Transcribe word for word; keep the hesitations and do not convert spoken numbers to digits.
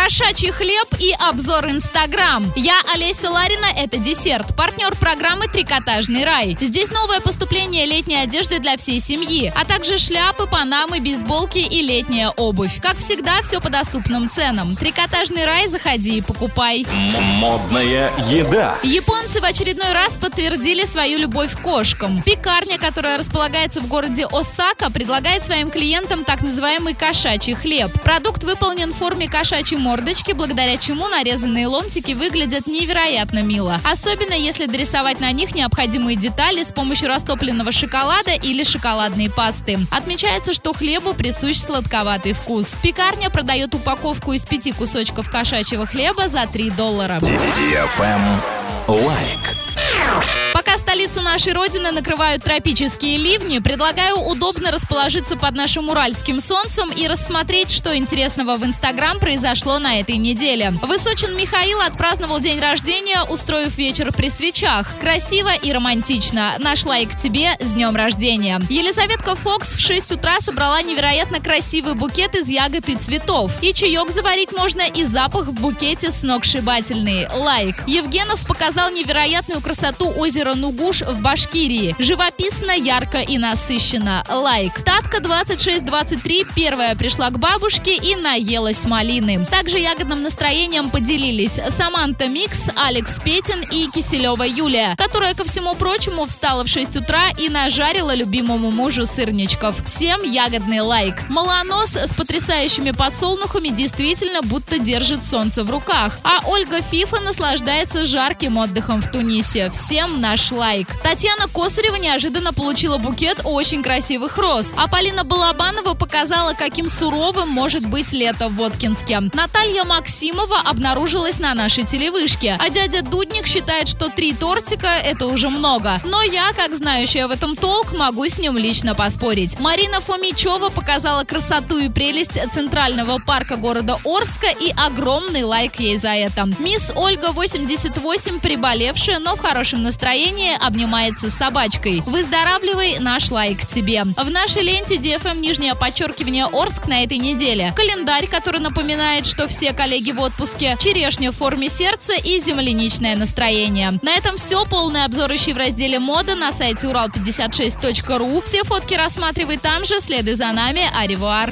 Кошачий хлеб и обзор Инстаграм. Я Олеся Ларина, это десерт. Партнер программы «Трикотажный рай». Здесь новое поступление летней одежды для всей семьи, а также шляпы, панамы, бейсболки и летняя обувь. Как всегда, все по доступным ценам. «Трикотажный рай», заходи и покупай. Модная еда. Японцы в очередной раз подтвердили свою любовь к кошкам. Пекарня, которая располагается в городе Осака, предлагает своим клиентам так называемый кошачий хлеб. Продукт выполнен в форме кошачьей мордочки, благодаря чему нарезанные ломтики выглядят невероятно мило. Особенно если дорисовать на них необходимые детали с помощью растопленного шоколада или шоколадной пасты. Отмечается, что хлебу присущ сладковатый вкус. Пекарня продает упаковку из пяти кусочков кошачьего хлеба за три доллара. Лайк. Пока столицу нашей родины накрывают тропические ливни, предлагаю удобно расположиться под нашим уральским солнцем и рассмотреть, что интересного в Инстаграм произошло на этой неделе. Высочин Михаил отпраздновал день рождения, устроив вечер при свечах. Красиво и романтично. Наш лайк тебе с днем рождения. Елизаветка Фокс в шесть утра собрала невероятно красивый букет из ягод и цветов. И чаек заварить можно, и запах в букете сногсшибательный. Лайк. Евгенов показал невероятную красоту озера Нугуш в Башкирии. Живописно, ярко и насыщенно. Лайк. Татка двадцать шесть двадцать три первая пришла к бабушке и наелась малины. Также ягодным настроением поделились Саманта Микс, Алекс Петин и Киселева Юлия, которая, ко всему прочему, встала в шесть утра и нажарила любимому мужу сырничков. Всем ягодный лайк. Малонос с потрясающими подсолнухами действительно будто держит солнце в руках. А Ольга Фифа наслаждается жарким отдыхом в Тунисе. Всем наш лайк. Татьяна Косарева неожиданно получила букет очень красивых роз. А Полина Балабанова показала, каким суровым может быть лето в Воткинске. Наталья Максимова обнаружилась на нашей телевышке. А дядя Дудник считает, что три тортика – это уже много. Но я, как знающая в этом толк, могу с ним лично поспорить. Марина Фомичева показала красоту и прелесть Центрального парка города Орска, и огромный лайк ей за это. Мисс Ольга восемьдесят восемь, приболевшая, но в хорошем настроении, обнимается с собачкой. Выздоравливай, наш лайк тебе. В нашей ленте ди эф эм нижнее подчеркивание Орск на этой неделе. Календарь, который напоминает, что все коллеги в отпуске, черешня в форме сердца и земляничное настроение. На этом все. Полный обзор ищи в разделе «Мода» на сайте урал пятьдесят шесть точка ру. Все фотки рассматривай там же. Следуй за нами. Аревуар.